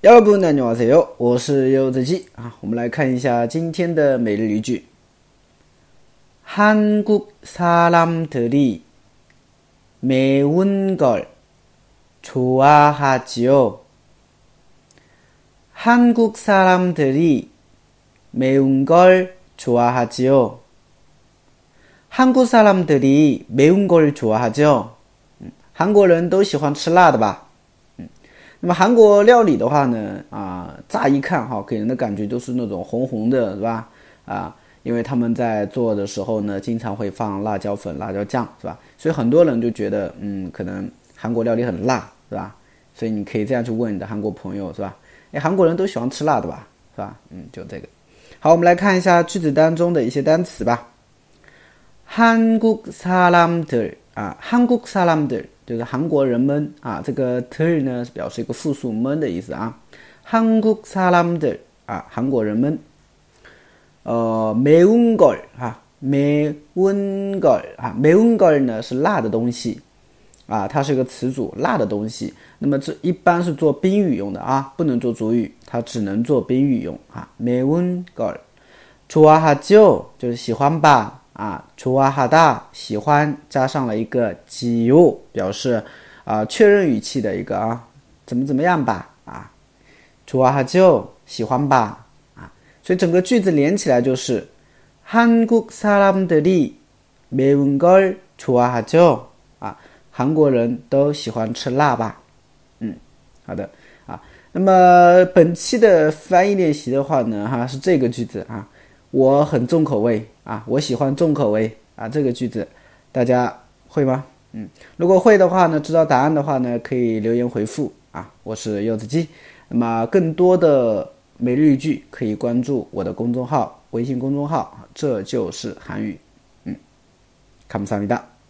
여러분 안녕하세요， 我是柚子鸡啊。我们来看一下今天的每日一句。한국 사람들이 매운 걸 좋아하지요. 한국 사람들이 매운 걸 좋아하지요. 한국 사람들이 매운 걸 좋아하죠. 韩国人都喜欢吃辣的吧？那么韩国料理的话呢，乍一看给人的感觉都是那种红红的，是吧？因为他们在做的时候呢，经常会放辣椒粉、辣椒酱，是吧？所以很多人就觉得，可能韩国料理很辣，是吧？所以你可以这样去问你的韩国朋友，是吧？韩国人都喜欢吃辣的吧，是吧？就这个。好，我们来看一下句子当中的一些单词吧。한국 사람들 한국 사람들就是韩国人们这个들呢是表示一个复数们的意思啊。한국 사람들韩国人们。매운 걸 매운 걸 매운 걸呢是辣的东西它是一个词组，辣的东西。那么这一般是做宾语用的不能做主语，它只能做宾语用매운 걸 좋아하죠就是喜欢吧좋아하다喜欢加上了一个지요表示确认语气的一个怎么样吧좋아하죠喜欢吧所以整个句子连起来就是한국 사람들이 매운 걸 좋아하죠韩国人都喜欢吃辣吧好的那么本期的翻译练习的话呢是这个句子我很重口味我喜欢重口味这个句子大家会吗如果会的话呢，知道答案的话呢，可以留言回复我是柚子鸡。那么更多的每日一句可以关注我的公众号，微信公众号，这就是韩语。감사합니다。